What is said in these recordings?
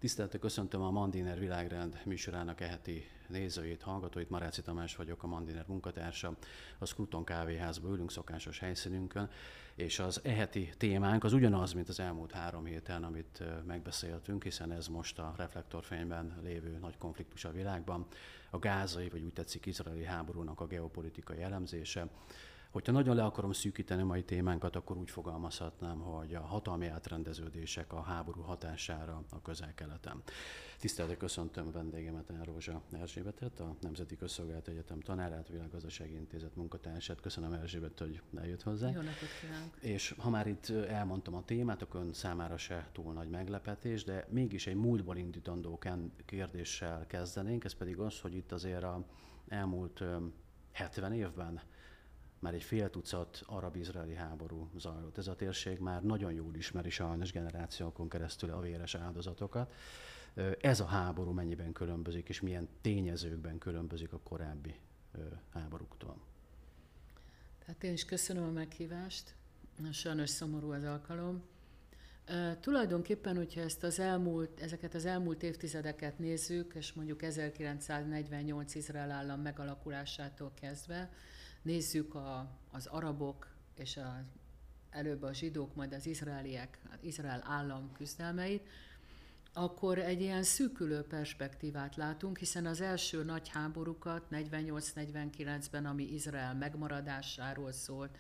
Tisztelettel köszöntöm a Mandiner Világrend műsorának eheti nézőit, hallgatóit. Maráci Tamás vagyok, a Mandiner munkatársa. A Scruton kávéházban ülünk szokásos helyszínünkön, és az eheti témánk az ugyanaz, mint az elmúlt 3 héten, amit megbeszéltünk, hiszen ez most a reflektorfényben lévő nagy konfliktus a világban, a gázai, vagy úgy tetszik, izraeli háborúnak a geopolitikai elemzése. Hogyha nagyon le akarom szűkíteni a mai témánkat, akkor úgy fogalmazhatnám, hogy a hatalmi átrendeződések a háború hatására a Közel-Keleten. Tisztelettel köszöntöm vendégemet, Rózsa Erzsébetet, a Nemzeti Közszolgálati Egyetem tanárát, a Világgazdasági Intézet munkatársát. Köszönöm, Erzsébet, hogy eljött hozzá. Jó napot kívánok! És ha már itt elmondtam a témát, akkor ön számára se túl nagy meglepetés, de mégis egy múltból indítandó kérdéssel kezdenénk, ez pedig az, hogy itt azért az elmúlt 70 évben már egy fél tucat arab-izraeli háború zajlott. Ez a térség már nagyon jól ismeri sajnos generációkon keresztül a véres áldozatokat. Ez a háború mennyiben különbözik, és milyen tényezőkben különbözik a korábbi háborúktól? Tehát én is köszönöm a meghívást. Sajnos szomorú az alkalom. Tulajdonképpen, hogyha ezeket az elmúlt évtizedeket nézzük, és mondjuk 1948 Izrael állam megalakulásától kezdve, nézzük az arabok és előbb a zsidók, majd az izraeliek, az Izrael állam küzdelmeit, akkor egy ilyen szűkülő perspektívát látunk, hiszen az első nagy háborúkat 48-49-ben, ami Izrael megmaradásáról szólt,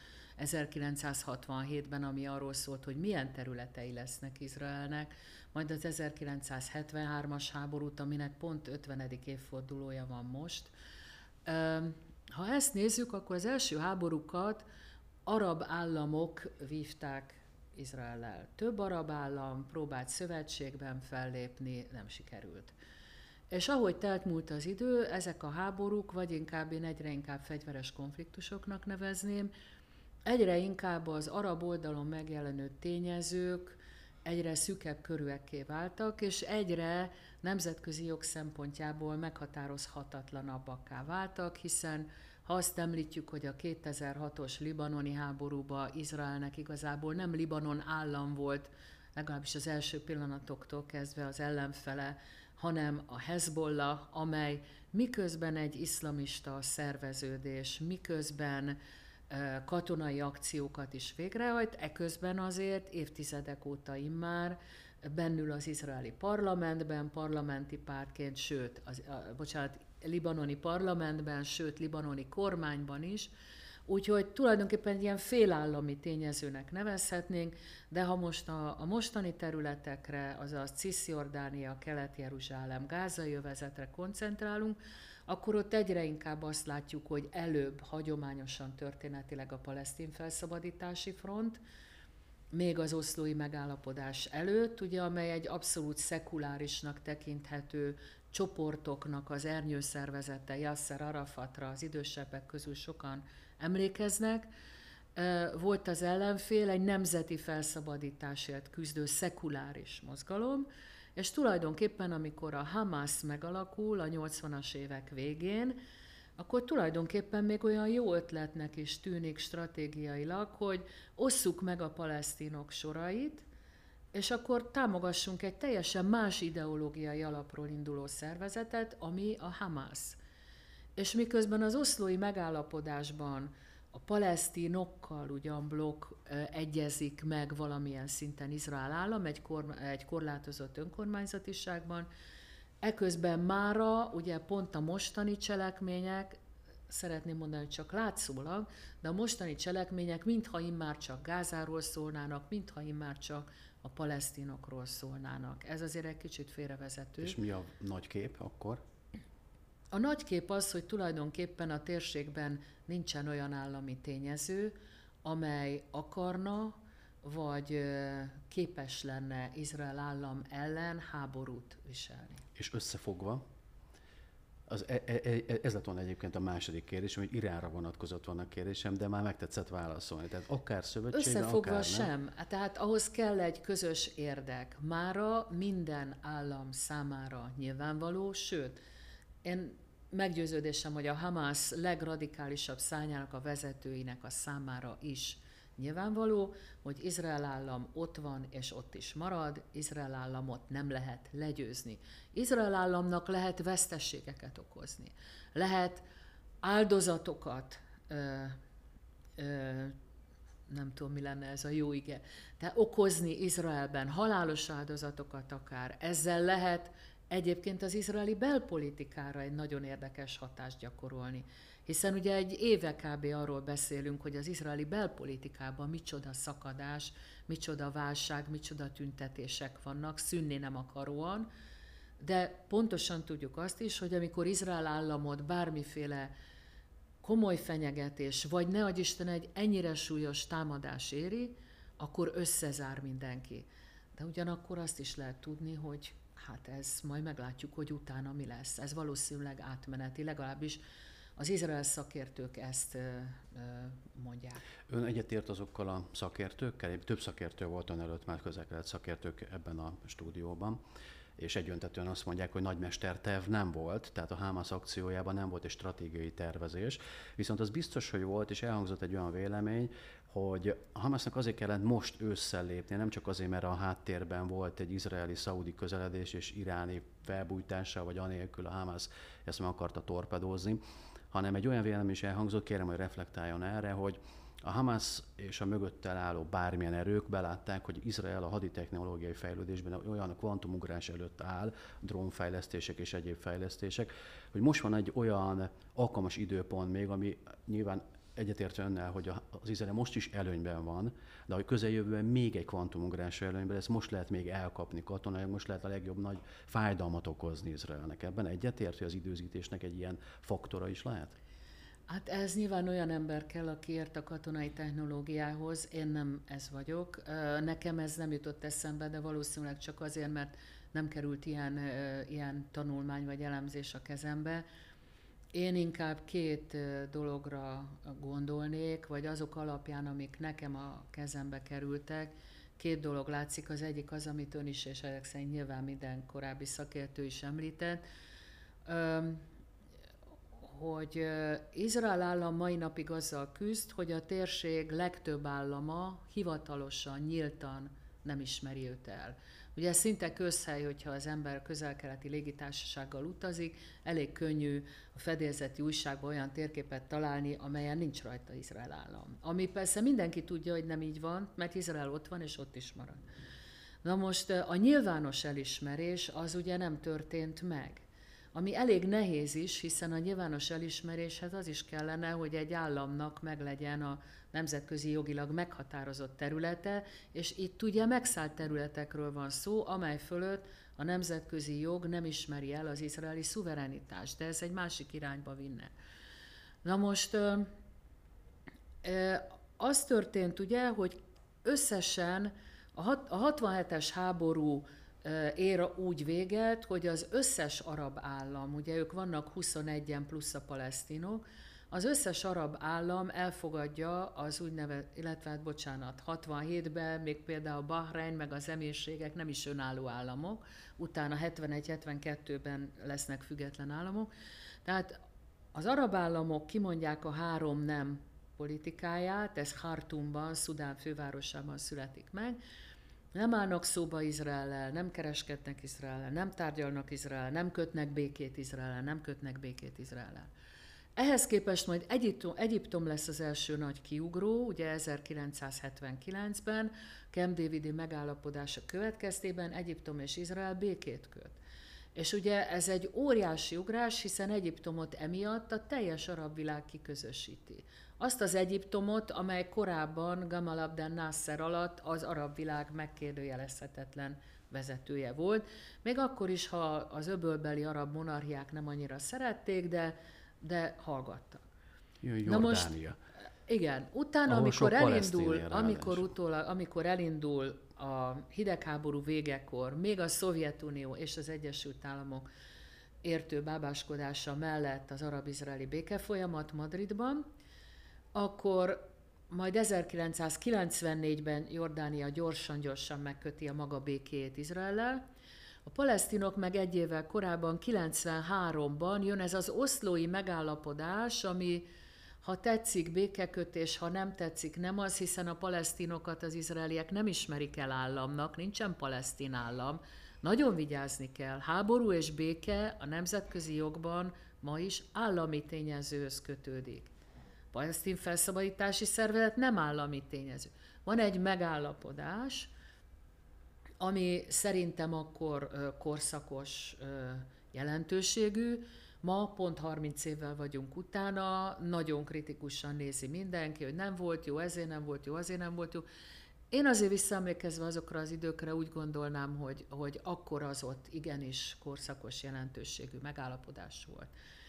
1967-ben, ami arról szólt, hogy milyen területei lesznek Izraelnek, majd az 1973-as háborút, aminek pont 50. évfordulója van most. Ha ezt nézzük, akkor az első háborúkat arab államok vívták Izraellel. Több arab állam próbált szövetségben fellépni, nem sikerült. És ahogy telt múlt az idő, ezek a háborúk, vagy inkább én egyre inkább fegyveres konfliktusoknak nevezném, egyre inkább az arab oldalon megjelenő tényezők egyre szűkebb körűekké váltak, és egyre nemzetközi jog szempontjából meghatározhatatlanabbakká váltak, hiszen ha azt említjük, hogy a 2006-os libanoni háborúban Izraelnek igazából nem Libanon állam volt, legalábbis az első pillanatoktól kezdve az ellenfele, hanem a Hezbollah, amely miközben egy iszlamista szerveződés, miközben katonai akciókat is végrehajt, eközben azért évtizedek óta immár bennül az izraeli parlamentben, parlamenti pártként, libanoni parlamentben, sőt, libanoni kormányban is, úgyhogy tulajdonképpen egy ilyen félállami tényezőnek nevezhetnénk, de ha most a mostani területekre, azaz Cisjordánia, Kelet-Jeruzsálem, gázai övezetre koncentrálunk, akkor ott egyre inkább azt látjuk, hogy előbb hagyományosan történetileg a palesztin felszabadítási front, még az oszlói megállapodás előtt, ugye, amely egy abszolút szekulárisnak tekinthető csoportoknak az ernyőszervezete, Yasser Arafatra, az idősebbek közül sokan emlékeznek, volt az ellenfél egy nemzeti felszabadításért küzdő szekuláris mozgalom, és tulajdonképpen amikor a Hamas megalakul a 80-as évek végén, akkor tulajdonképpen még olyan jó ötletnek is tűnik stratégiailag, hogy osszuk meg a palesztinok sorait, és akkor támogassunk egy teljesen más ideológiai alapról induló szervezetet, ami a Hamas. És miközben az oszlói megállapodásban a palesztinokkal ugyan blokk egyezik meg valamilyen szinten Izrael állam egy korlátozott önkormányzatiságban, eközben mára ugye pont a mostani cselekmények, szeretném mondani, hogy csak látszólag, de a mostani cselekmények mintha immár csak Gázáról szólnának, mintha immár csak a palesztinokról szólnának. Ez azért egy kicsit félrevezető. És mi a nagy kép akkor? A nagy kép az, hogy tulajdonképpen a térségben nincsen olyan állami tényező, amely akarna, vagy képes lenne Izrael állam ellen háborút viselni. És összefogva, ez lett volna egyébként a második kérdésem, hogy Iránra vonatkozott volna a kérdésem, de már megtetszett válaszolni. Tehát akár szövetségben, összefogva akár sem. Tehát ahhoz kell egy közös érdek. Mára minden állam számára nyilvánvaló, sőt, én meggyőződésem, hogy a Hamas legradikálisabb szárnyának a vezetőinek a számára is Nyilvánvaló, hogy Izrael állam ott van és ott is marad, Izrael államot nem lehet legyőzni. Izrael államnak lehet veszteségeket okozni, lehet áldozatokat, nem tudom, mi lenne ez a jó ige, de okozni Izraelben halálos áldozatokat akár. Ezzel lehet egyébként az izraeli belpolitikára egy nagyon érdekes hatást gyakorolni. Hiszen ugye egy éve kb. Arról beszélünk, hogy az izraeli belpolitikában micsoda szakadás, micsoda válság, micsoda tüntetések vannak, szűnni nem akaróan, de pontosan tudjuk azt is, hogy amikor Izrael államot bármiféle komoly fenyegetés, vagy ne adj Isten egy ennyire súlyos támadás éri, akkor összezár mindenki. De ugyanakkor azt is lehet tudni, hogy hát ez majd meglátjuk, hogy utána mi lesz. Ez valószínűleg átmeneti, legalábbis az izrael szakértők ezt mondják. Ön egyetért azokkal a szakértőkkel? Több szakértő volt ön előtt, már közel-kelet szakértők ebben a stúdióban, és egyöntetően azt mondják, hogy nagymesterterv nem volt, tehát a Hamas akciójában nem volt egy stratégiai tervezés, viszont az biztos, hogy volt, és elhangzott egy olyan vélemény, hogy a Hamasnak azért kellett most ősszel lépni, nem csak azért, mert a háttérben volt egy izraeli-szaudi közeledés és iráni felbújtása, vagy anélkül a Hamas ezt meg akarta torpedózni, hanem egy olyan vélemény is elhangzott, kérem, hogy reflektáljon erre, hogy a Hamas és a mögöttel álló bármilyen erők belátták, hogy Izrael a haditechnológiai fejlődésben olyan kvantumugrás előtt áll, drónfejlesztések és egyéb fejlesztések, hogy most van egy olyan alkalmas időpont még, ami nyilván egyetért önnel, hogy az Izrael most is előnyben van, de a közeljövőben még egy kvantumugrás előnyben, ezt most lehet még elkapni katonai, most lehet a legjobb nagy fájdalmat okozni Izraelnek. Ebben egyetért, hogy az időzítésnek egy ilyen faktora is lehet? Hát ez nyilván olyan ember kell, aki ért a katonai technológiához, én nem ez vagyok. Nekem ez nem jutott eszembe, de valószínűleg csak azért, mert nem került ilyen tanulmány vagy elemzés a kezembe. Én inkább két dologra gondolnék, vagy azok alapján, amik nekem a kezembe kerültek. Két dolog látszik, az egyik az, amit ön is, és ezek szerint nyilván minden korábbi szakértő is említett, hogy Izrael állam mai napig azzal küzd, hogy a térség legtöbb állama hivatalosan, nyíltan nem ismeri őt el. Ugye ez szinte közhely, hogyha az ember közel-keleti légitársasággal utazik, elég könnyű a fedélzeti újságban olyan térképet találni, amelyen nincs rajta Izrael állam. Ami persze mindenki tudja, hogy nem így van, mert Izrael ott van és ott is marad. Na most a nyilvános elismerés az ugye nem történt meg. Ami elég nehéz is, hiszen a nyilvános elismeréshez az is kellene, hogy egy államnak meglegyen a nemzetközi jogilag meghatározott területe, és itt ugye megszállt területekről van szó, amely fölött a nemzetközi jog nem ismeri el az izraeli szuverenitást, de ez egy másik irányba vinne. Na most az történt ugye, hogy összesen a 67-es háború ér úgy véget, hogy az összes arab állam, ugye ők vannak 21-en plusz a palesztinok, az összes arab állam elfogadja az úgynevezett, illetve hát bocsánat, 67-ben még például Bahrein meg az emírségek nem is önálló államok, utána 71-72-ben lesznek független államok. Tehát az arab államok kimondják a 3 nem politikáját, ez Khartoumban, Szudán fővárosában születik meg, nem állnak szóba Izraellel, nem kereskednek Izraellel, nem tárgyalnak Izraellel, nem kötnek békét Izraellel, nem kötnek békét Izraellel. Ehhez képest majd Egyiptom lesz az első nagy kiugró, ugye 1979-ben, Camp Davidi megállapodása következtében Egyiptom és Izrael békét köt. És ugye ez egy óriási ugrás, hiszen Egyiptomot emiatt a teljes arab világ kiközösíti. Azt az Egyiptomot, amely korábban Gamal Abdel Nasser alatt az arab világ megkérdőjelezhetetlen vezetője volt. Még akkor is, ha az öbölbeli arab monarchiák nem annyira szerették, de hallgattak. Jordánia. Na most, igen, utána, amikor elindul a hidegháború végekor, még a Szovjetunió és az Egyesült Államok értő bábáskodása mellett az arab-izraeli békefolyamat Madridban, akkor majd 1994-ben Jordánia gyorsan megköti a maga békéjét Izraellel. A palesztinok meg egy évvel korábban, 93-ban jön ez az oszlói megállapodás, ami Ha tetszik, békekötés, ha nem tetszik, nem az, hiszen a palesztinokat az izraeliek nem ismerik el államnak, nincsen palesztin állam. Nagyon vigyázni kell. Háború és béke a nemzetközi jogban ma is állami tényezőhöz kötődik. A palesztin felszabadítási szervezet nem állami tényező. Van egy megállapodás, ami szerintem akkor korszakos jelentőségű. Ma pont 30 évvel vagyunk utána, nagyon kritikusan nézi mindenki, hogy nem volt jó, ezért nem volt jó, azért nem volt jó. Én azért visszaemlékezve azokra az időkre úgy gondolnám, hogy akkor az ott igenis korszakos jelentőségű megállapodás volt.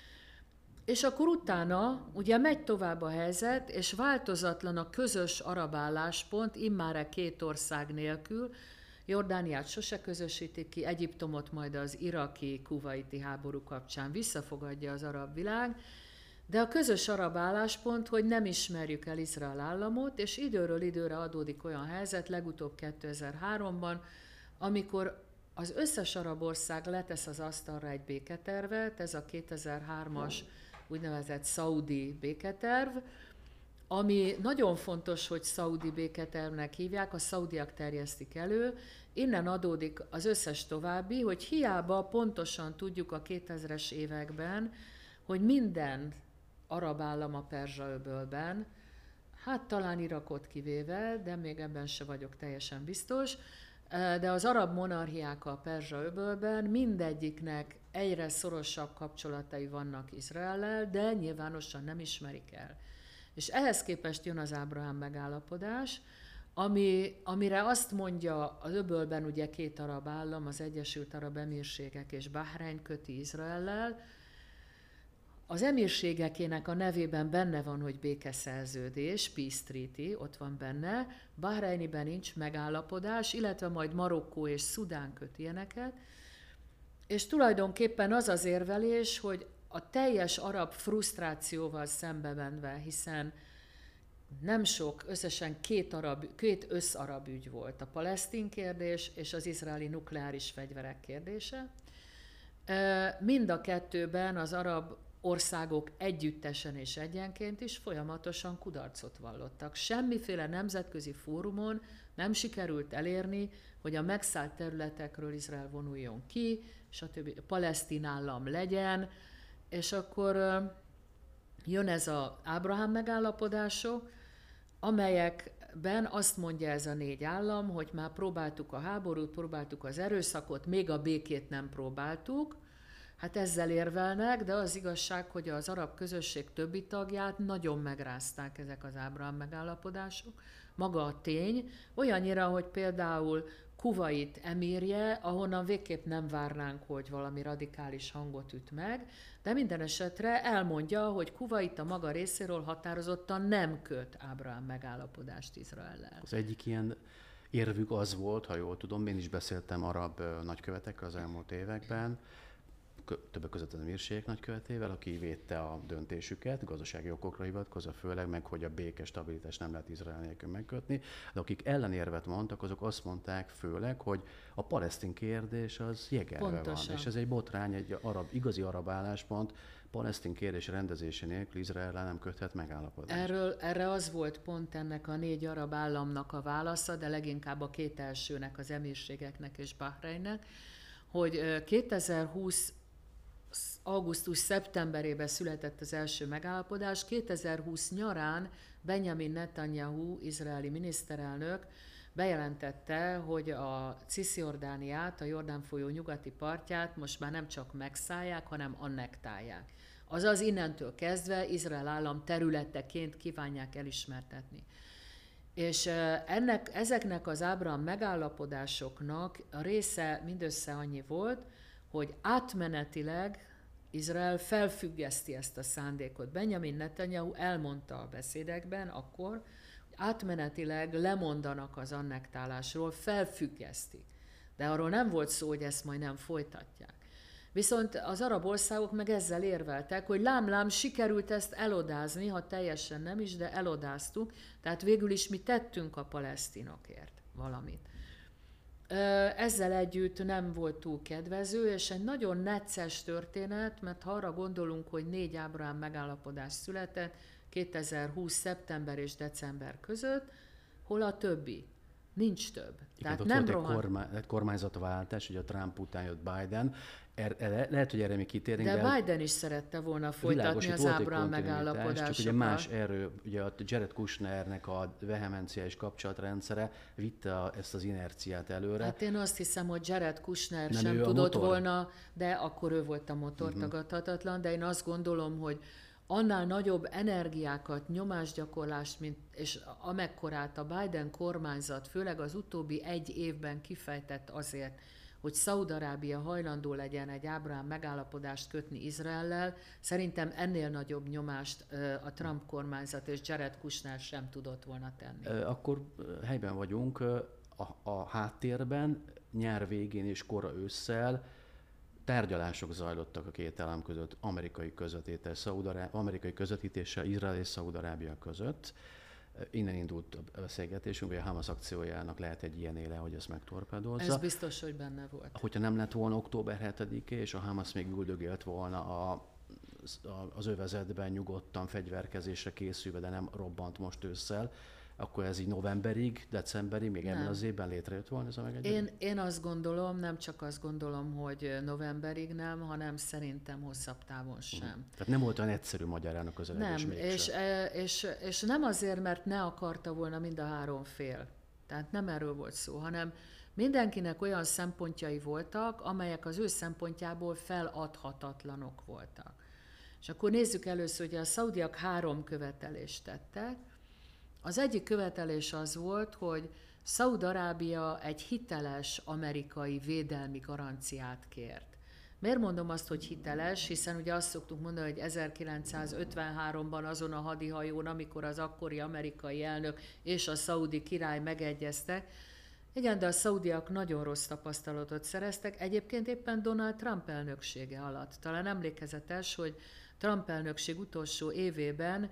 És akkor utána ugye megy tovább a helyzet, és változatlan a közös arab álláspont, immáre két ország nélkül. Jordániát sose közösítik ki, Egyiptomot majd az iraki-kuvaiti háború kapcsán visszafogadja az arab világ, de a közös arab álláspont, hogy nem ismerjük el Izrael államot, és időről időre adódik olyan helyzet, legutóbb 2003-ban, amikor az összes arab ország letesz az asztalra egy béketervet, ez a 2003-as úgynevezett szaudi béketerv, ami nagyon fontos, hogy szaudi béketervnek hívják, a szaudiak terjesztik elő, innen adódik az összes további, hogy hiába pontosan tudjuk a 2000-es években, hogy minden arab állam a Perzsa-öbölben, hát talán Irakot kivéve, de még ebben se vagyok teljesen biztos, de az arab monarchiák a Perzsa-öbölben mindegyiknek egyre szorosabb kapcsolatai vannak Izraellel, de nyilvánosan nem ismerik el. És ehhez képest jön az Ábrahám megállapodás, amire azt mondja, az öbölben ugye két arab állam, az Egyesült Arab Emírségek és Bahrein köti Izraellel. Az emírségekének a nevében benne van, hogy békeszerződés, Peace Treaty, ott van benne, Bahreiniben nincs megállapodás, illetve majd Marokkó és Szudán köt ilyeneket, és tulajdonképpen az az érvelés, hogy a teljes arab frusztrációval szembevenve, hiszen nem sok, összesen két összarab ügy volt, a palesztin kérdés és az izraeli nukleáris fegyverek kérdése. Mind a kettőben az arab országok együttesen és egyenként is folyamatosan kudarcot vallottak. Semmiféle nemzetközi fórumon nem sikerült elérni, hogy a megszállt területekről Izrael vonuljon ki, stb. Palesztin állam legyen, és akkor jön ez az Ábrahám megállapodások, amelyekben azt mondja ez a négy állam, hogy már próbáltuk a háborút, próbáltuk az erőszakot, még a békét nem próbáltuk. Hát ezzel érvelnek, de az igazság, hogy az arab közösség többi tagját nagyon megrázták ezek az Ábrahám megállapodások. Maga a tény, olyannyira, hogy például Kuvait emírje, ahonnan végképp nem várnánk, hogy valami radikális hangot üt meg, de minden esetre elmondja, hogy Kuvait a maga részéről határozottan nem köt Ábrahám megállapodást Izraellel. Az egyik ilyen érvük az volt, ha jól tudom, én is beszéltem arab nagykövetekkel az elmúlt években, többek között az emírségek nagykövetével, aki védte a döntésüket, gazdasági okokra hivatkozva főleg, meg hogy a béke stabilitás nem lehet Izrael nélkül megkötni, de akik ellenérvet mondtak, azok azt mondták főleg, hogy a palesztin kérdés az jegelve van, és ez egy botrány, egy igazi arab álláspont, palesztin kérdés rendezése nélkül Izraellel nem köthet megállapodást. Erre az volt pont ennek a négy arab államnak a válasza, de leginkább a két elsőnek, az emírségeknek és Bahreinnek, hogy 2020 augusztus-szeptemberében született az első megállapodás, 2020 nyarán Benjamin Netanyahu, izraeli miniszterelnök bejelentette, hogy a Cisjordániát, a Jordán folyó nyugati partját most már nem csak megszállják, hanem annektálják. Azaz innentől kezdve Izrael állam területeként kívánják elismertetni. És ezeknek az Ábrahám megállapodásoknak a része mindössze annyi volt, hogy átmenetileg Izrael felfüggeszti ezt a szándékot. Benjamin Netanyahu elmondta a beszédekben akkor, hogy átmenetileg lemondanak az annektálásról, felfüggesztik. De arról nem volt szó, hogy ezt majd nem folytatják. Viszont az arab országok meg ezzel érveltek, hogy lám-lám sikerült ezt elodázni, ha teljesen nem is, de elodáztuk, tehát végül is mi tettünk a palesztinokért valamit. Ezzel együtt nem volt túl kedvező, és egy nagyon necces történet, mert ha arra gondolunk, hogy 4 Ábrahám megállapodás született, 2020. szeptember és december között, hol a többi. Nincs több. Igen, Tehát nem nem volt egy kormányzatváltás, ugye a Trump után jött Biden. Lehet, hogy erre még kitérünk. De Biden is szerette volna folytatni az Ábrahám megállapodásokat. Csak ugye más erő, ugye a Jared Kushnernek a vehemenciális kapcsolatrendszere vitte ezt az inerciát előre. Hát én azt hiszem, hogy Jared Kushner nem sem tudott volna, de akkor ő volt a motor, tagadhatatlan, de én azt gondolom, hogy annál nagyobb energiákat, nyomásgyakorlást, és amekkorát a Biden kormányzat, főleg az utóbbi 1 évben kifejtett azért, hogy Szaúd-Arábia hajlandó legyen egy Ábrahám megállapodást kötni Izraellel, szerintem ennél nagyobb nyomást a Trump kormányzat és Jared Kushner sem tudott volna tenni. Akkor helyben vagyunk, a háttérben nyár végén és kora ősszel tárgyalások zajlottak a két állam között, amerikai közvetítéssel Izrael és Szaúd-Arábia között. Innen indult a beszélgetésünk, hogy a Hamas akciójának lehet egy ilyen éle, hogy ezt megtorpedózza. Ez biztos, hogy benne volt. Hogyha nem lett volna október 7-e, és a Hamas még üldögélt volna az övezetben nyugodtan fegyverkezésre készülve, de nem robbant most ősszel, akkor ez így novemberig, decemberig, még ebben az évben létrejött volna ez a megegyezés? Én azt gondolom, nem csak azt gondolom, hogy novemberig nem, hanem szerintem hosszabb távon sem. Tehát nem volt olyan egyszerű magyarán a közeledés mégsem. És nem azért, mert ne akarta volna mind a három fél. Tehát nem erről volt szó, hanem mindenkinek olyan szempontjai voltak, amelyek az ő szempontjából feladhatatlanok voltak. És akkor nézzük először, hogy a szaudiak 3 követelést tettek. Az egyik követelés az volt, hogy Szaúd-Arábia egy hiteles amerikai védelmi garanciát kért. Miért mondom azt, hogy hiteles? Hiszen ugye azt szoktuk mondani, hogy 1953-ban azon a hadihajón, amikor az akkori amerikai elnök és a szaudi király megegyeztek, igen, de a szaudiak nagyon rossz tapasztalatot szereztek, egyébként éppen Donald Trump elnöksége alatt. Talán emlékezetes, hogy Trump elnökség utolsó évében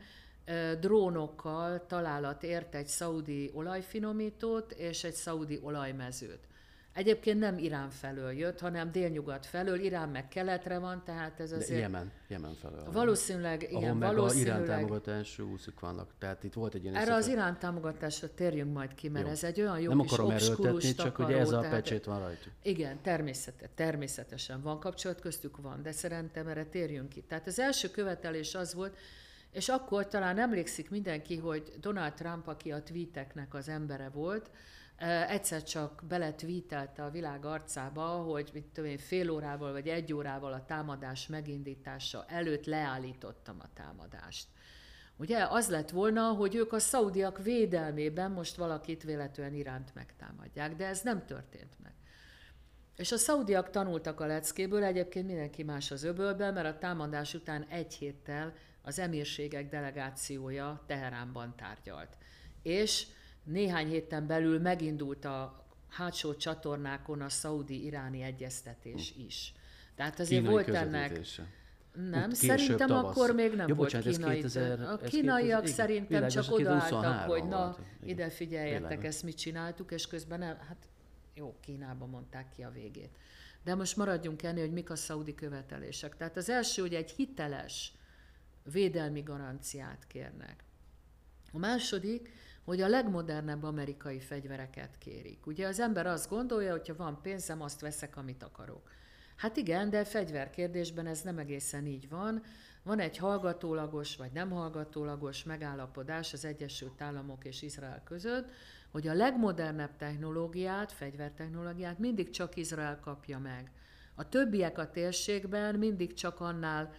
drónokkal találat ért egy szaudi olajfinomítót és egy szaudi olajmezőt. Egyébként nem Irán felől jött, hanem délnyugat felől, Irán meg keletre van, tehát ez azért... Jemen felől. Valószínűleg, igen, ahol meg az Irán támogatású úszik vannak, tehát itt volt egy ilyen... Erre az Irán támogatásra térjünk majd ki, mert ez egy olyan jó nem kis akarom obskurus csak ugye ez a pecsét van rajtuk. Igen, természetesen van kapcsolat, köztük van, de szerintem erre térjünk ki. Tehát az első követelés az volt, és akkor talán emlékszik mindenki, hogy Donald Trump, aki a tweeteknek az embere volt, egyszer csak beletweetelte a világ arcába, hogy mit tudom én, fél órával vagy 1 órával a támadás megindítása előtt leállítottam a támadást. Ugye az lett volna, hogy ők a szaudiak védelmében most valakit véletlenül Iránt megtámadják, de ez nem történt meg. És a szaudiak tanultak a leckéből, egyébként mindenki más az öbölben, mert a támadás után 1 héttel az emírségek delegációja Teheránban tárgyalt. És néhány héten belül megindult a hátsó csatornákon a szaudi-iráni egyeztetés is. Tehát azért kínai volt ennek... Nem, szerintem tavasz. akkor még nem volt kínai. A kínaiak szerintem csak odaálltak, hogy na, ide figyeljetek, ezt mit csináltuk, és közben nem, hát jó, Kínában mondták ki a végét. De most maradjunk ennél, hogy mik a szaudi követelések. Tehát az első, hogy egy hiteles védelmi garanciát kérnek. A második, hogy a legmodernebb amerikai fegyvereket kérik. Ugye az ember azt gondolja, hogy ha van pénzem, azt veszek, amit akarok. Hát igen, de fegyverkérdésben ez nem egészen így van. Van egy hallgatólagos vagy nem hallgatólagos megállapodás az Egyesült Államok és Izrael között, hogy a legmodernebb technológiát, fegyvertechnológiát mindig csak Izrael kapja meg. A többiek a térségben mindig csak annál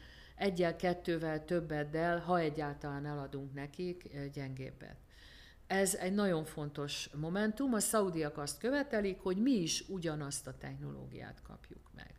1-2 többeddel, ha egyáltalán eladunk nekik, gyengébbet. Ez egy nagyon fontos momentum. A szaudiak azt követelik, hogy mi is ugyanazt a technológiát kapjuk meg,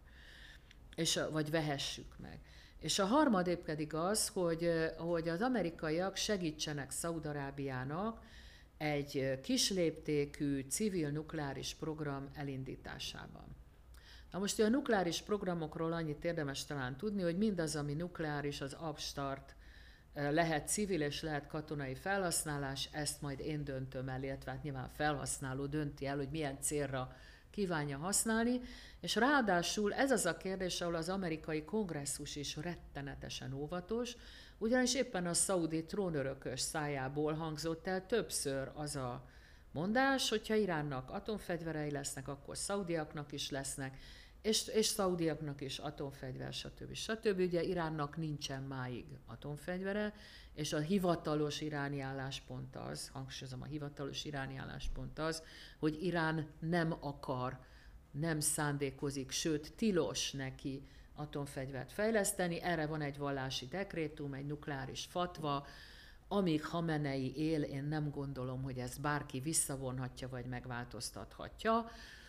vagy vehessük meg. És a harmadik pedig az, hogy az amerikaiak segítsenek Szaúd-Arábiának egy kisléptékű civil nukleáris program elindításában. Na most a nukleáris programokról annyit érdemes talán tudni, hogy mindaz, ami nukleáris, az abstart, lehet civil és lehet katonai felhasználás, ezt majd én döntöm el, illetve hát nyilván felhasználó dönti el, hogy milyen célra kívánja használni, és ráadásul ez az a kérdés, ahol az amerikai kongresszus is rettenetesen óvatos, ugyanis éppen a szaudi trónörökös szájából hangzott el többször az a mondás, hogyha Iránnak atomfegyverei lesznek, akkor szaudiaknak is lesznek, és szaudiaknak is atomfegyver, stb. Ugye Iránnak nincsen máig atomfegyvere, és a hivatalos iráni álláspont az, hangsúlyozom, a hivatalos iráni álláspont az, hogy Irán nem akar, nem szándékozik, sőt tilos neki atomfegyvert fejleszteni. Erre van egy vallási dekrétum, egy nukleáris fatva. Amíg Khamenei él, én nem gondolom, hogy ezt bárki visszavonhatja vagy megváltoztathatja,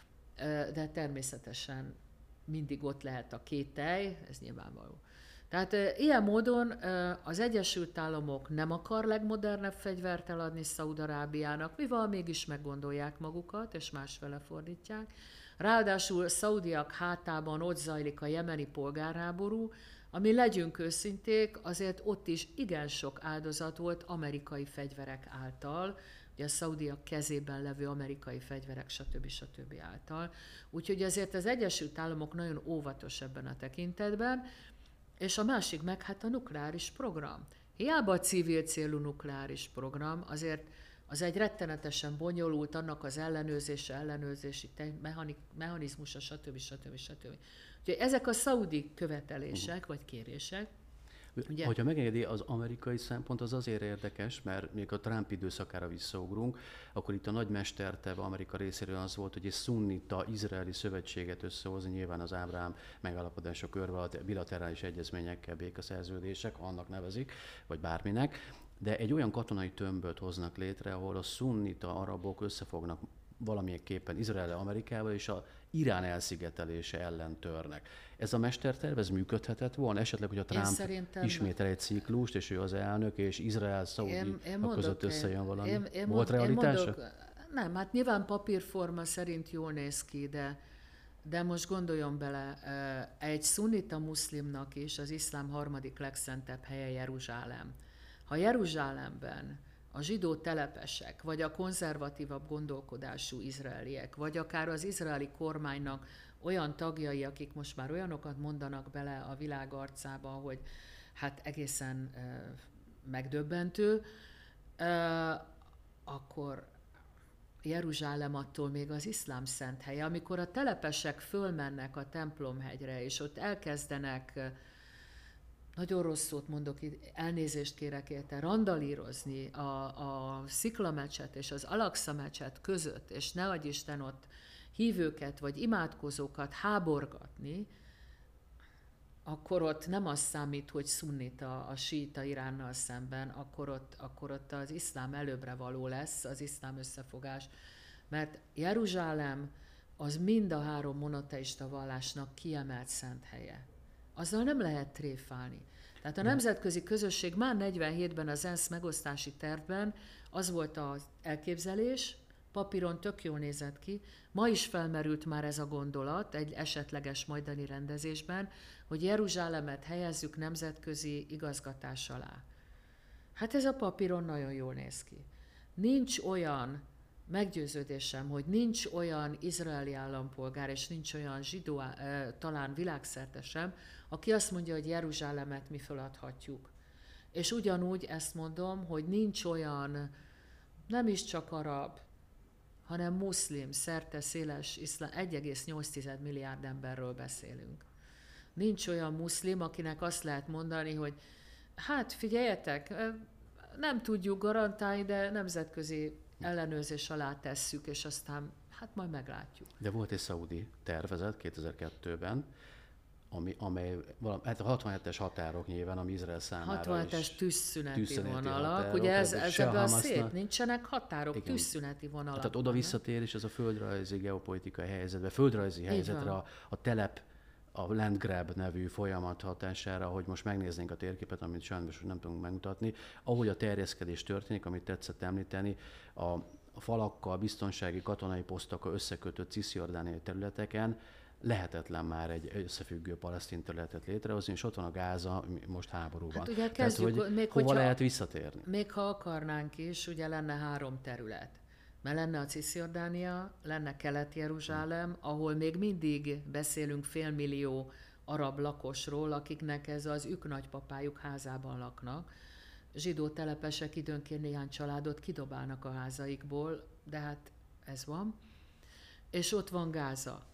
de természetesen mindig ott lehet a kételj, ez nyilvánvaló. Tehát ilyen módon az Egyesült Államok nem akar legmodernebb fegyvert eladni Szaúd-Arábiának, mivel mégis meggondolják magukat, és másfele fordítják. Ráadásul szaudiak hátában ott zajlik a jemeni polgárháború, ami, legyünk őszinték, azért ott is igen sok áldozat volt amerikai fegyverek által, ugye a szaudiak kezében levő amerikai fegyverek, stb. Által. Úgyhogy azért az Egyesült Államok nagyon óvatos ebben a tekintetben, és a másik meg hát a nukleáris program. Hiába a civil célú nukleáris program, azért az egy rettenetesen bonyolult, annak az ellenőrzési mechanizmusa, stb. Úgyhogy ezek a szaudi követelések, vagy kérések. Ugye? Hogyha megengedi, az amerikai szempont az azért érdekes, mert még a Trump időszakára visszaugrunk, akkor itt a nagy mesterterve Amerika részéről az volt, hogy egy szunnita izraeli szövetséget összehozni, nyilván az Ábrahám megállapodások körbe alatt bilaterális egyezményekkel, békaszerződések, annak nevezik, vagy bárminek, de egy olyan katonai tömböt hoznak létre, ahol a szunnita arabok összefognak valamilyenképpen Izrael Amerikával, és a Irán elszigetelése ellen törnek. Ez a mesterterv, ez működhetett volna? Esetleg, hogy a Trump ismétel egy ciklust, és ő az elnök, és Izrael, Szaudi között összejön valami. Volt realitása? Nem, hát nyilván papírforma szerint jól néz ki, de most gondoljon bele, egy szunnita muszlimnak is az iszlám harmadik legszentebb helye Jeruzsálem. Ha Jeruzsálemben a zsidó telepesek, vagy a konzervatívabb gondolkodású izraeliek, vagy akár az izraeli kormánynak olyan tagjai, akik most már olyanokat mondanak bele a világ arcába, hogy hát egészen megdöbbentő, akkor Jeruzsálem attól még az iszlám szent helye. Amikor a telepesek fölmennek a templomhegyre, és ott elkezdenek, nagyon rossz szót mondok, elnézést kérek érte, randalírozni a Szikla mecset és az Al-Aqsa mecset között, és ne adj Isten ott hívőket vagy imádkozókat háborgatni, akkor ott nem az számít, hogy szunnita a síita Iránnal szemben, akkor ott az iszlám előbbre való lesz, az iszlám összefogás. Mert Jeruzsálem az mind a három monoteista vallásnak kiemelt szent helye. Azzal nem lehet tréfálni. Tehát a nemzetközi közösség már 47-ben az ENSZ megosztási tervben az volt az elképzelés, papíron tök jól nézett ki, ma is felmerült már ez a gondolat egy esetleges majdani rendezésben, hogy Jeruzsálemet helyezzük nemzetközi igazgatás alá. Hát ez a papíron nagyon jól néz ki. Nincs olyan meggyőződésem, hogy nincs olyan izraeli állampolgár, és nincs olyan zsidó, talán világszerte sem, aki azt mondja, hogy Jeruzsálemet mi feladhatjuk. És ugyanúgy ezt mondom, hogy nincs olyan, nem is csak arab, hanem muszlim, szerte széles iszlám, 1,8 milliárd emberről beszélünk. Nincs olyan muszlim, akinek azt lehet mondani, hogy hát figyeljetek, nem tudjuk garantálni, de nemzetközi ellenőrzés alá tesszük, és aztán hát majd meglátjuk. De volt egy szaudi tervezet 2002-ben, amely hát a 67-es határok nyilván, ami Izrael számára 67-es tűzszüneti vonalak, ugye ez ebben szép, nincsenek határok, igen. Tűzszüneti vonalak. Tehát oda visszatér is ez a földrajzi geopolitikai helyzetbe, földrajzi helyzetre, a telep, a land grab nevű folyamat hatására, hogy most megnéznénk a térképet, amit sajnos nem tudunk megmutatni, ahogy a terjeszkedés történik, amit tetszett említeni, a falakkal, biztonsági katonai posztokkal összekötött cisziordániai területeken lehetetlen már egy összefüggő palesztin területet létrehozni, és ott van a Gáza most háborúban. Hát ugye kezdjük, tehát, hogy hova lehet visszatérni? Még ha akarnánk is, ugye lenne 3 terület. Mert lenne a Cisjordánia, lenne Kelet-Jeruzsálem, ahol még mindig beszélünk félmillió arab lakosról, akiknek ez az nagypapájuk házában laknak. Zsidó telepesek időnként néhány családot kidobálnak a házaikból, de hát ez van. És ott van Gáza.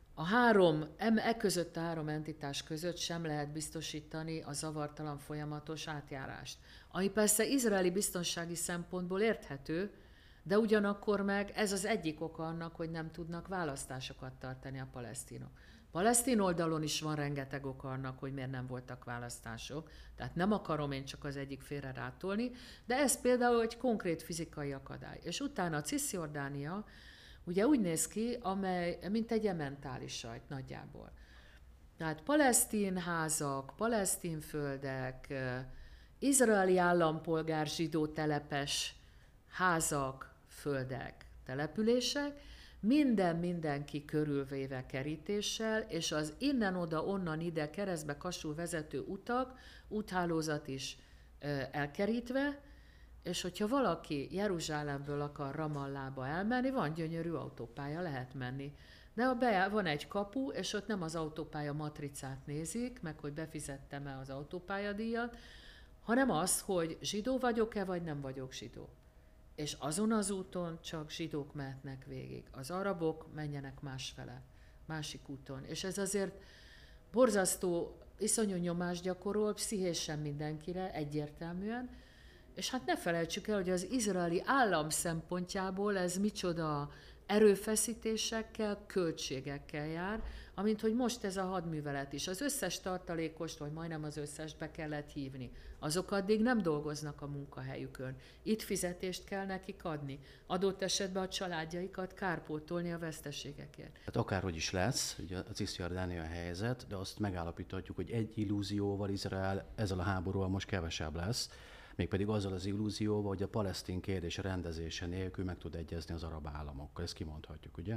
Között a három entitás között sem lehet biztosítani a zavartalan folyamatos átjárást. Ami persze izraeli biztonsági szempontból érthető, de ugyanakkor meg ez az egyik oka annak, hogy nem tudnak választásokat tartani a palesztinok. Palesztin oldalon is van rengeteg oka annak, hogy miért nem voltak választások, tehát nem akarom én csak az egyik félre rátolni, de ez például egy konkrét fizikai akadály. És utána a Cisjordánia ugye úgy néz ki, mint egy mentális sajt nagyjából. Tehát palesztin házak, palesztin földek, izraeli állampolgár zsidó telepes házak, földek, települések, mindenki körülvéve kerítéssel, és az innen-oda, onnan ide keresztbe kasul vezető utak, úthálózat is elkerítve, és hogyha valaki Jeruzsálemből akar Ramallába elmenni, van gyönyörű autópálya, lehet menni. De van egy kapu, és ott nem az autópálya matricát nézik, meg hogy befizettem-e az autópályadíjat, hanem az, hogy zsidó vagyok-e, vagy nem vagyok zsidó. És azon az úton csak zsidók mehetnek végig. Az arabok menjenek másfele, másik úton. És ez azért borzasztó, iszonyú nyomást gyakorol, pszichésen mindenkire, egyértelműen. És hát ne felejtsük el, hogy az izraeli állam szempontjából ez micsoda erőfeszítésekkel, költségekkel jár, amint hogy most ez a hadművelet is. Az összes tartalékost, vagy majdnem az összest be kellett hívni. Azok addig nem dolgoznak a munkahelyükön. Itt fizetést kell nekik adni. Adott esetben a családjaikat kárpótolni a veszteségekért. Hát akárhogy is lesz, ugye a Cisjordánia helyzet, de azt megállapíthatjuk, hogy egy illúzióval Izrael ezzel a háborúval most kevesebb lesz, mégpedig azzal az illúzióval, hogy a palesztin kérdés rendezése nélkül meg tud egyezni az arab államokkal. Ezt kimondhatjuk, ugye?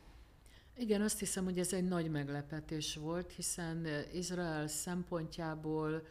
Igen, azt hiszem, hogy ez egy nagy meglepetés volt, hiszen Izrael szempontjából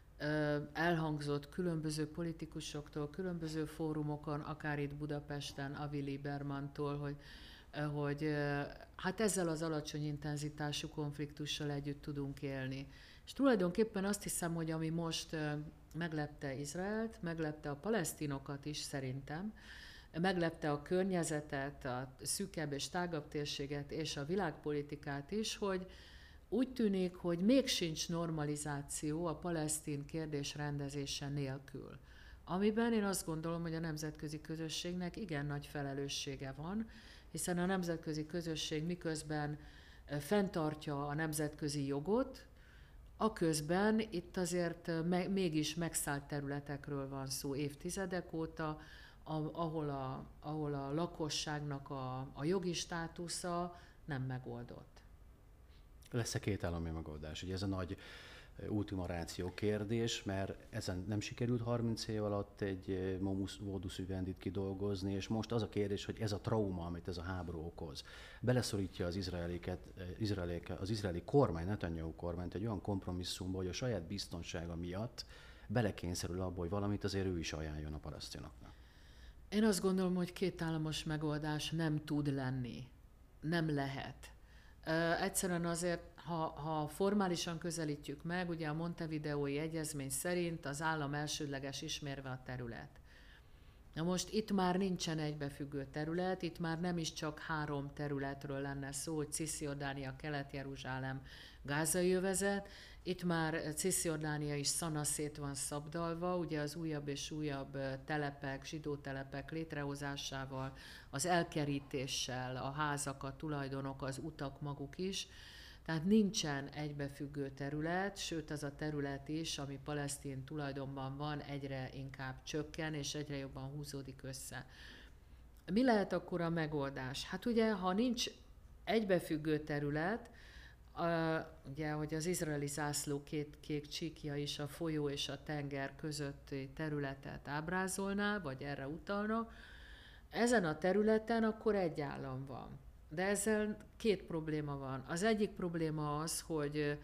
elhangzott különböző politikusoktól, különböző fórumokon, akár itt Budapesten, Avi Liebermantól, hogy hát ezzel az alacsony intenzitású konfliktussal együtt tudunk élni. És tulajdonképpen azt hiszem, hogy ami most meglepte Izraelt, meglepte a palesztinokat is szerintem, meglepte a környezetet, a szűkebb és tágabb térséget és a világpolitikát is, hogy úgy tűnik, hogy még sincs normalizáció a palesztin kérdés rendezése nélkül. Amiben én azt gondolom, hogy a nemzetközi közösségnek igen nagy felelőssége van, hiszen a nemzetközi közösség miközben fenntartja a nemzetközi jogot, aközben itt azért mégis megszállt területekről van szó évtizedek óta, ahol a lakosságnak a jogi státusza nem megoldott. Lesz-e két állami megoldás? Ugye ez a nagy ultima ratio kérdés, mert ezen nem sikerült 30 év alatt egy modus vivendit kidolgozni, és most az a kérdés, hogy ez a trauma, amit ez a háború okoz, beleszorítja az izraeli kormány, Netanyahu kormányt egy olyan kompromisszumba, hogy a saját biztonsága miatt belekényszerül abba, hogy valamit azért ő is ajánljon a palesztinoknak. Én azt gondolom, hogy két államos megoldás nem tud lenni. Nem lehet. Egyszerűen azért, ha formálisan közelítjük meg, ugye a Montevideói Egyezmény szerint az állam elsődleges ismérve a terület. Na most itt már nincsen egybefüggő terület, itt már nem is csak három területről lenne szó, hogy Cisjordánia, Kelet-Jeruzsálem, Gázai övezet, itt már Cisjordánia is szanaszét van szabdalva, ugye az újabb és újabb telepek, zsidó telepek létrehozásával, az elkerítéssel, a házak, a tulajdonok, az utak maguk is. Tehát nincsen egybefüggő terület, sőt az a terület is, ami palesztin tulajdonban van, egyre inkább csökken, és egyre jobban húzódik össze. Mi lehet akkor a megoldás? Hát ugye, ha nincs egybefüggő terület, ugye, hogy az izraeli zászló két kék csíkja is a folyó és a tenger közötti területet ábrázolná, vagy erre utalna, ezen a területen akkor egy állam van. De ezzel két probléma van. Az egyik probléma az, hogy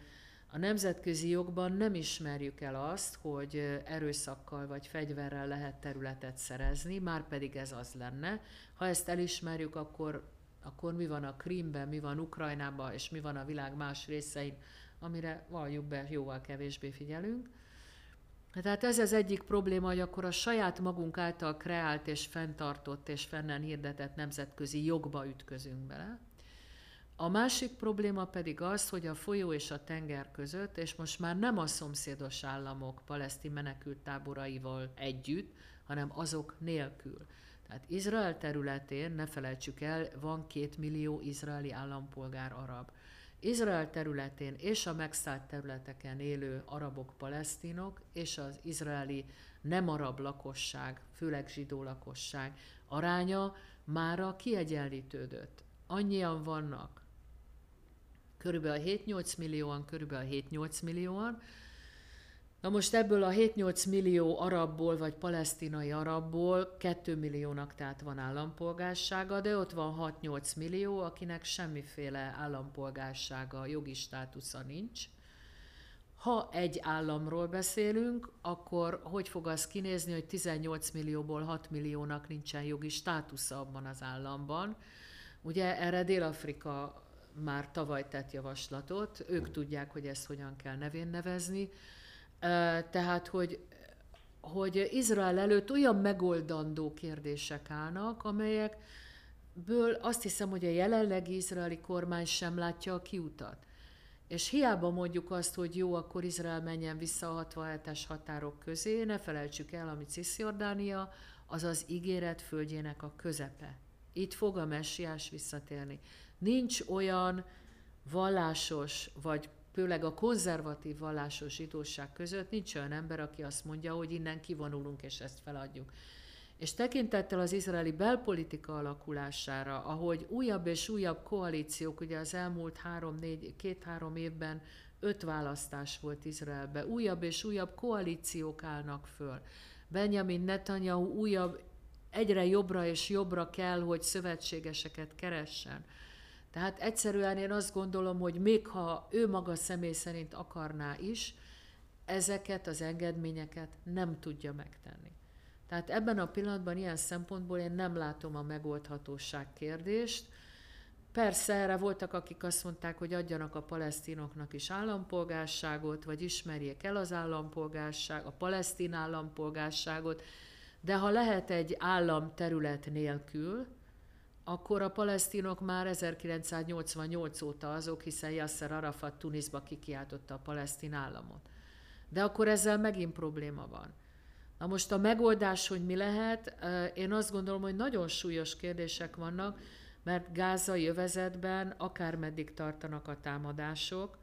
A nemzetközi jogban nem ismerjük el azt, hogy erőszakkal vagy fegyverrel lehet területet szerezni, már pedig ez az lenne. Ha ezt elismerjük, akkor mi van a Krímben, mi van Ukrajnában, és mi van a világ más részein, amire valljuk be, jóval kevésbé figyelünk. Tehát ez az egyik probléma, hogy akkor a saját magunk által kreált és fenntartott és fennen hirdetett nemzetközi jogba ütközünk bele. A másik probléma pedig az, hogy a folyó és a tenger között, és most már nem a szomszédos államok palesztin menekülttáboraival együtt, hanem azok nélkül. Tehát Izrael területén, ne felejtsük el, van 2 millió izraeli állampolgár arab. Izrael területén és a megszállt területeken élő arabok, palesztinok és az izraeli nem arab lakosság, főleg zsidó lakosság aránya mára kiegyenlítődött. Annyian vannak, körülbelül 7-8 millióan, körülbelül 7-8 millióan. Na most ebből a 7-8 millió arabból, vagy palesztinai arabból 2 milliónak tehát van állampolgársága, de ott van 6-8 millió, akinek semmiféle állampolgársága, jogi státusza nincs. Ha egy államról beszélünk, akkor hogy fog az kinézni, hogy 18 millióból 6 milliónak nincsen jogi státusza abban az államban? Ugye erre Dél-Afrika már tavaly tett javaslatot, ők tudják, hogy ezt hogyan kell nevén nevezni. Tehát, hogy Izrael előtt olyan megoldandó kérdések állnak, amelyekből azt hiszem, hogy a jelenlegi izraeli kormány sem látja a kiutat. És hiába mondjuk azt, hogy jó, akkor Izrael menjen vissza a 67-es határok közé, ne felejtsük el, ami Cisjordánia, az az ígéret földjének a közepe. Itt fog a messiás visszatérni. Nincs olyan vallásos, vagy főleg a konzervatív vallásos zsidóság között nincs olyan ember, aki azt mondja, hogy innen kivonulunk és ezt feladjuk. És tekintettel az izraeli belpolitika alakulására, ahogy újabb és újabb koalíciók, ugye az elmúlt 2-3 évben 5 választás volt Izraelben, újabb és újabb koalíciók állnak föl. Benjamin Netanyahu egyre jobbra és jobbra kell, hogy szövetségeseket keressen. Tehát egyszerűen én azt gondolom, hogy még ha ő maga személy szerint akarná is, ezeket az engedményeket nem tudja megtenni. Tehát ebben a pillanatban ilyen szempontból én nem látom a megoldhatóság kérdést. Persze erre voltak, akik azt mondták, hogy adjanak a palesztinoknak is állampolgárságot, vagy ismerjék el a palesztin állampolgárságot, de ha lehet egy állam terület nélkül, akkor a palesztinok már 1988 óta azok, hiszen Yasser Arafat Tunisba kikiáltotta a palesztin államot. De akkor ezzel megint probléma van. Na most a megoldás, hogy mi lehet, én azt gondolom, hogy nagyon súlyos kérdések vannak, mert gázai övezetben akármeddig tartanak a támadások.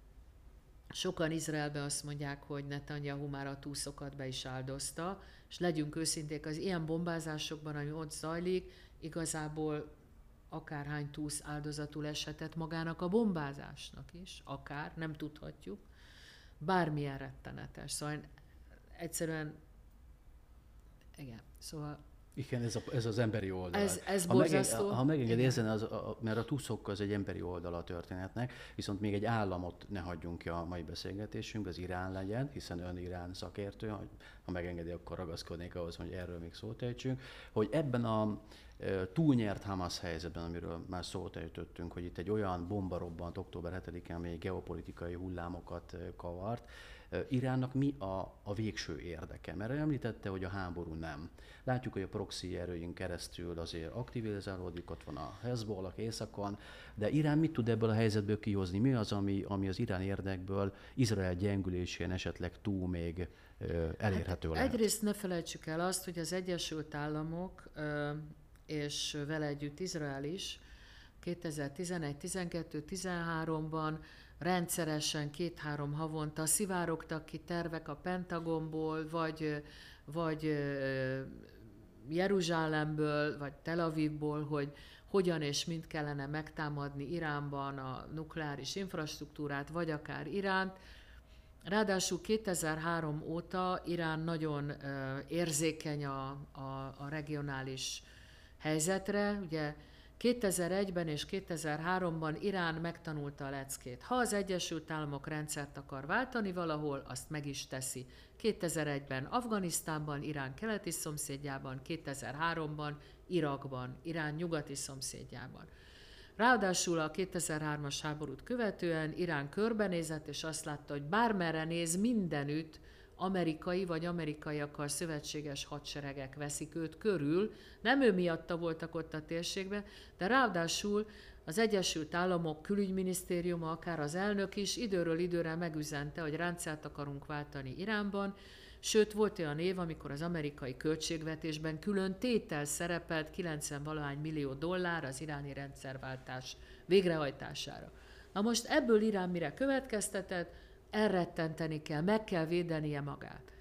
Sokan Izraelben azt mondják, hogy Netanyahu már a túszokat be is áldozta, és legyünk őszinték, az ilyen bombázásokban, ami ott zajlik, igazából akárhány túsz áldozatul eshetett magának a bombázásnak is, akár, nem tudhatjuk, bármilyen rettenetes. Szóval egyszerűen, igen, szóval... Igen, ez az emberi oldal. Ez borzasztó. Ha megengedi, mert a túszok az egy emberi oldala a történetnek, viszont még egy államot ne hagyjunk ki a mai beszélgetésünk, az Irán legyen, hiszen ön Irán szakértő, ha megengedi, akkor ragaszkodnék ahhoz, hogy erről még szót ejtsünk, hogy ebben a túlnyert Hamas helyzetben, amiről már szót ejtöttünk, hogy itt egy olyan bomba robbant október 7-én, amely geopolitikai hullámokat kavart, Iránnak mi a végső érdeke? Mert említette, hogy a háború nem. Látjuk, hogy a proxy erőink keresztül azért aktivizálódik, ott van a Hezbollah északon, de Irán mit tud ebből a helyzetből kihozni? Mi az, ami az iráni érdekből Izrael gyengülésén esetleg túl még elérhető lehet? Egyrészt ne felejtsük el azt, hogy az Egyesült Államok és vele együtt Izrael is 2011, 12, 13-ban rendszeresen 2-3 havonta szivárogtak ki tervek a Pentagonból, vagy Jeruzsálemből, vagy Tel Avivból, hogy hogyan és mint kellene megtámadni Iránban a nukleáris infrastruktúrát, vagy akár Iránt. Ráadásul 2003 óta Irán nagyon érzékeny a regionális helyzetre. Ugye 2001-ben és 2003-ban Irán megtanulta a leckét. Ha az Egyesült Államok rendszert akar váltani valahol, azt meg is teszi. 2001-ben Afganisztánban, Irán keleti szomszédjában, 2003-ban Irakban, Irán nyugati szomszédjában. Ráadásul a 2003-as háborút követően Irán körbenézett, és azt látta, hogy bármerre néz, mindenütt amerikai vagy amerikaiakkal szövetséges hadseregek veszik őt körül. Nem ő miatta voltak ott a térségben, de ráadásul az Egyesült Államok külügyminisztériuma, akár az elnök is időről időre megüzente, hogy rendszert akarunk váltani Iránban, sőt volt olyan év, amikor az amerikai költségvetésben külön tétel szerepelt 90-valahány millió dollár az iráni rendszerváltás végrehajtására. Na most ebből Irán mire következtetett? Elrettenteni kell, meg kell védenie magát.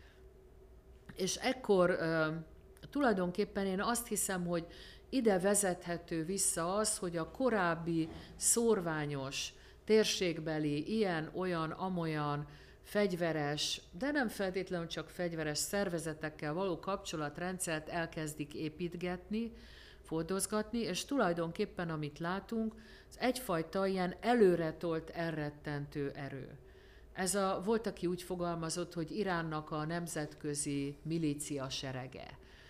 És ekkor tulajdonképpen én azt hiszem, hogy ide vezethető vissza az, hogy a korábbi szórványos, térségbeli, ilyen, amolyan fegyveres, de nem feltétlenül csak fegyveres szervezetekkel való kapcsolatrendszert elkezdik építgetni, fordozgatni, és tulajdonképpen amit látunk, az egyfajta ilyen előretolt, elrettentő erő. Volt, aki úgy fogalmazott, hogy Iránnak a nemzetközi milícia serege.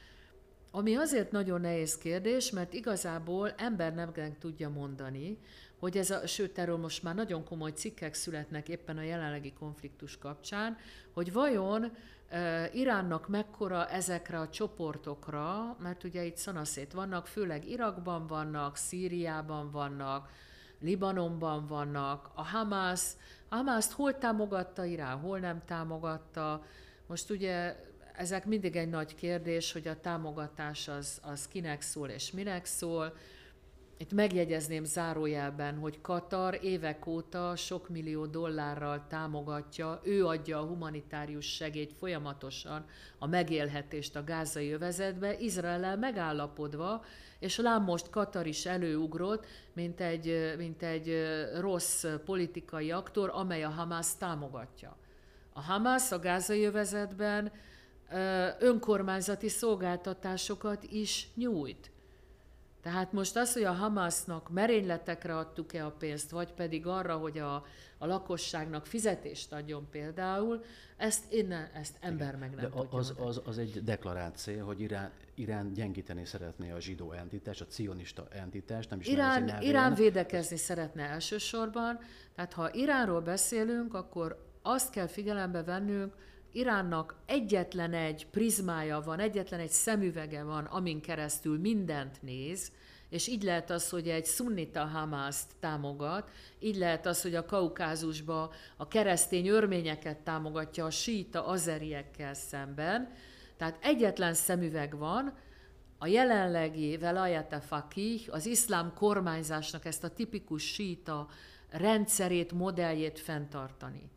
Ami azért nagyon nehéz kérdés, mert igazából ember nem tudja mondani, hogy sőt, erről most már nagyon komoly cikkek születnek éppen a jelenlegi konfliktus kapcsán, hogy vajon Iránnak mekkora ezekre a csoportokra, mert ugye itt szanaszét vannak, főleg Irakban vannak, Szíriában vannak, Libanonban vannak, a Hamászt hol támogatta Irán, hol nem támogatta. Most ugye ezek mindig egy nagy kérdés, hogy a támogatás az kinek szól és minek szól. Itt megjegyezném zárójelben, hogy Katar évek óta sok millió dollárral támogatja, ő adja a humanitárius segélyt folyamatosan, a megélhetést a gázai övezetbe, Izraellel megállapodva, és lám most Katar is előugrott, mint egy rossz politikai aktor, amely a Hamász támogatja. A Hamász a gázai övezetben önkormányzati szolgáltatásokat is nyújt. Tehát most az, hogy a Hamásznak merényletekre adtuk-e a pénzt, vagy pedig arra, hogy a lakosságnak fizetést adjon például, ezt ember meg nem tudja. Az egy deklarált cél, hogy Irán gyengíteni szeretné a zsidó entitást, a cionista entitást. Nem is Irán védekezni szeretne elsősorban, tehát ha Iránról beszélünk, akkor azt kell figyelembe vennünk, Iránnak egyetlen egy prizmája van, egyetlen egy szemüvege van, amin keresztül mindent néz, és így lehet az, hogy egy szunnita Hamászt támogat, így lehet az, hogy a Kaukázusba a keresztény örményeket támogatja a síita azeriekkel szemben. Tehát egyetlen szemüveg van, a jelenlegi velayat faqih, az iszlám kormányzásnak ezt a tipikus síita rendszerét, modelljét fenntartani.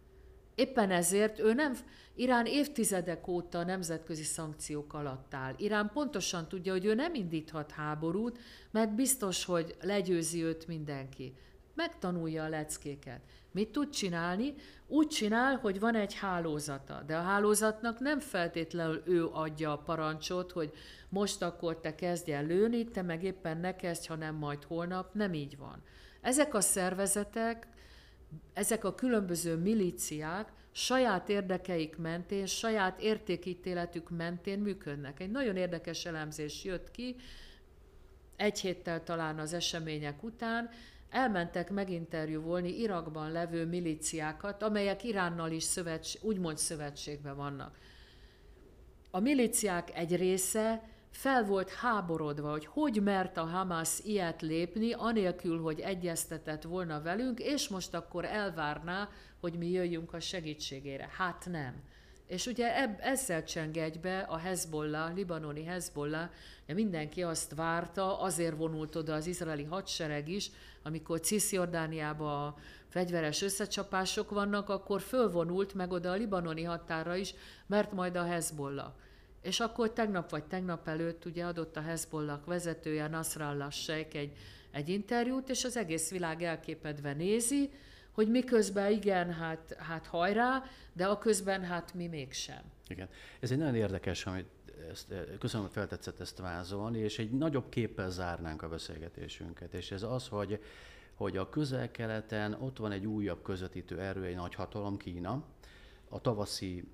Éppen ezért Irán évtizedek óta nemzetközi szankciók alatt áll. Irán pontosan tudja, hogy ő nem indíthat háborút, mert biztos, hogy legyőzi őt mindenki. Megtanulja a leckéket. Mit tud csinálni? Úgy csinál, hogy van egy hálózata, de a hálózatnak nem feltétlenül ő adja a parancsot, hogy most akkor te kezdj el lőni, te meg éppen ne kezdj, hanem majd holnap. Nem így van. Ezek a szervezetek, ezek a különböző milíciák saját érdekeik mentén, saját értékítéletük mentén működnek. Egy nagyon érdekes elemzés jött ki, egy héttel talán az események után, elmentek meginterjúvolni Irakban levő milíciákat, amelyek Iránnal is úgymond szövetségben vannak. A milíciák egy része fel volt háborodva, hogy mert a Hamász ilyet lépni, anélkül, hogy egyeztetett volna velünk, és most akkor elvárná, hogy mi jöjjünk a segítségére. Hát nem. És ugye ezzel cseng egybe a Hezbollah, libanoni Hezbollah, mindenki azt várta, azért vonult oda az izraeli hadsereg is, amikor Cisjordániában a fegyveres összecsapások vannak, akkor fölvonult meg oda a libanoni határra is, mert majd a Hezbollah. És akkor tegnap előtt ugye adott a Hezbollah vezetője, Nasrallah Sheikh egy interjút, és az egész világ elképedve nézi, hogy miközben igen, hát hajrá, de aközben hát mi mégsem. Igen. Ez egy nagyon érdekes, amit Köszönöm, hogy feltetszett ezt vázolni, és egy nagyobb képpel zárnánk a beszélgetésünket, és ez az, hogy a Közel-Keleten ott van egy újabb közvetítő erő, egy nagy hatalom, Kína. A tavaszi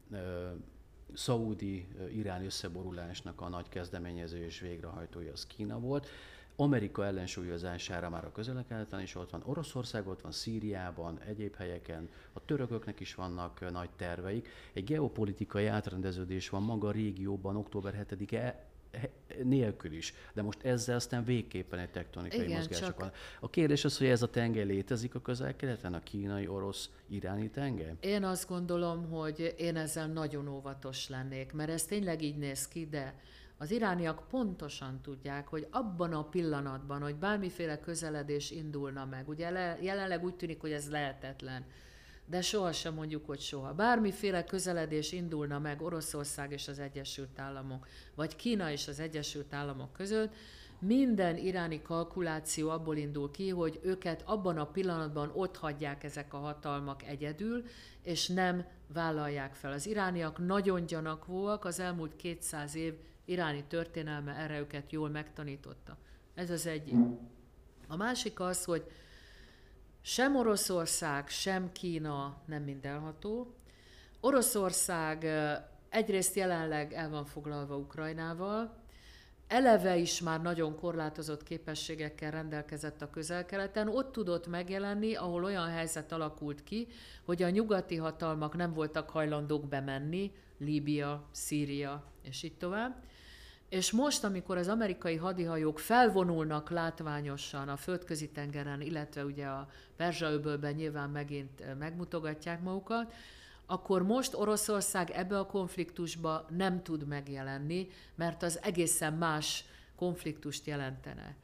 szaudi-iráni összeborulásnak a nagy kezdeményező és végrehajtója az Kína volt. Amerika ellensúlyozására már a Közel-Keleten is ott van, Oroszország ott van, Szíriában, egyéb helyeken, a törököknek is vannak nagy terveik. Egy geopolitikai átrendeződés van maga a régióban október 7-e nélkül is, de most ezzel aztán végképpen egy tektonikai mozgások van. A kérdés az, hogy ez a tengely létezik a Közel-Keleten, a kínai, orosz, iráni tengely? Én azt gondolom, hogy én ezzel nagyon óvatos lennék, mert ez tényleg így néz ki, de az irániak pontosan tudják, hogy abban a pillanatban, hogy bármiféle közeledés indulna meg, ugye jelenleg úgy tűnik, hogy ez lehetetlen, de sohasem mondjuk, hogy soha. Bármiféle közeledés indulna meg Oroszország és az Egyesült Államok, vagy Kína és az Egyesült Államok között, minden iráni kalkuláció abból indul ki, hogy őket abban a pillanatban ott hagyják ezek a hatalmak egyedül, és nem vállalják fel. Az irániak nagyon gyanakvóak, az elmúlt 200 év iráni történelme erre őket jól megtanította. Ez az egyik. A másik az, hogy sem Oroszország, sem Kína nem mindenható. Oroszország egyrészt jelenleg el van foglalva Ukrajnával, eleve is már nagyon korlátozott képességekkel rendelkezett a Közel-Keleten, ott tudott megjelenni, ahol olyan helyzet alakult ki, hogy a nyugati hatalmak nem voltak hajlandók bemenni, Líbia, Szíria és így tovább. És most, amikor az amerikai hadihajók felvonulnak látványosan a Földközi-tengeren, illetve ugye a Perzsa-öbölben nyilván megint megmutogatják magukat, akkor most Oroszország ebbe a konfliktusba nem tud megjelenni, mert az egészen más konfliktust jelentene.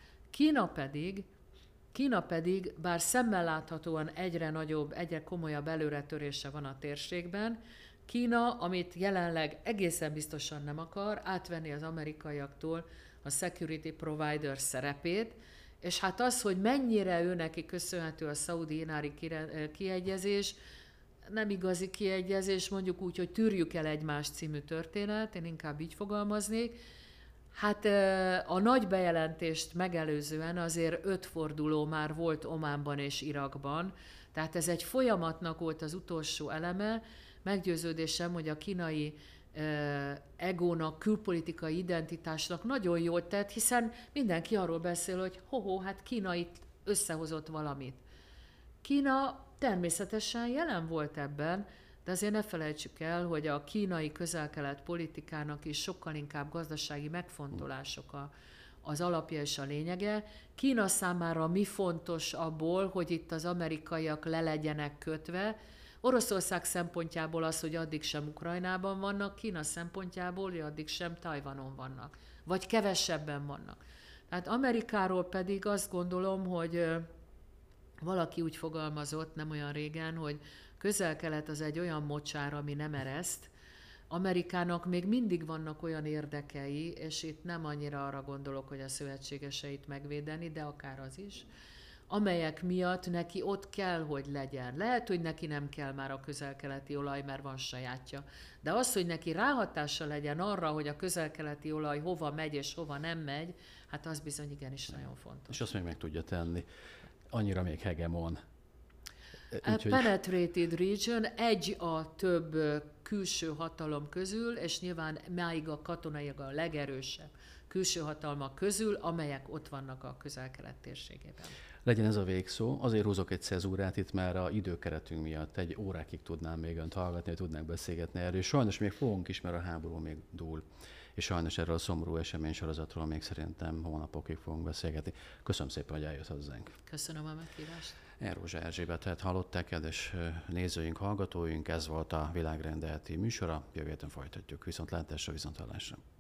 Kína pedig, bár szemmel láthatóan egyre nagyobb, egyre komolyabb előretörése van a térségben, Kína, amit jelenleg egészen biztosan nem akar, átvenni az amerikaiaktól a security provider szerepét, és hát az, hogy mennyire ő neki köszönhető a szaudi-iráni kiegyezés, nem igazi kiegyezés, mondjuk úgy, hogy tűrjük el egymást című történet, én inkább így fogalmaznék. Hát a nagy bejelentést megelőzően azért 5 forduló már volt Ománban és Irakban, tehát ez egy folyamatnak volt az utolsó eleme. Meggyőződésem, hogy a kínai egónak, külpolitikai identitásnak nagyon jól tett, hiszen mindenki arról beszél, hogy hát Kína itt összehozott valamit. Kína természetesen jelen volt ebben, de azért ne felejtsük el, hogy a kínai közel-kelet politikának is sokkal inkább gazdasági megfontolások az alapja és a lényege. Kína számára mi fontos abból, hogy itt az amerikaiak le legyenek kötve. Oroszország szempontjából az, hogy addig sem Ukrajnában vannak, Kína szempontjából, hogy addig sem Tajvanon vannak, vagy kevesebben vannak. Tehát Amerikáról pedig azt gondolom, hogy valaki úgy fogalmazott nem olyan régen, hogy Közel-Kelet az egy olyan mocsár, ami nem ereszt. Amerikának még mindig vannak olyan érdekei, és itt nem annyira arra gondolok, hogy a szövetségeseit megvédeni, de akár az is, amelyek miatt neki ott kell, hogy legyen. Lehet, hogy neki nem kell már a közel-keleti olaj, mert van sajátja. De az, hogy neki ráhatása legyen arra, hogy a közel-keleti olaj hova megy és hova nem megy, hát az bizony igenis nagyon fontos. És azt még meg tudja tenni. Annyira még hegemon. Penetrated region egy a több külső hatalom közül, és nyilván máig a katonaiak a legerősebb külső hatalmak közül, amelyek ott vannak a közel-kelet térségében. Legyen ez a végszó. Azért húzok egy cezúrát itt, mert a időkeretünk miatt egy órákig tudnám még önt hallgatni, tudnánk beszélgetni erről. Sajnos még fogunk is, mert a háború még dúl. És sajnos erről a szomorú eseménysorozatról még szerintem hónapokig fogunk beszélgetni. Köszönöm szépen, hogy eljött hozzánk. Köszönöm a meghívást. Erzsa Erzsébetet hallották, kedves nézőink, hallgatóink. Ez volt a Világrend ELTE műsora. Jövő héten folytatjuk. Viszontlátásra, viszonthallásra.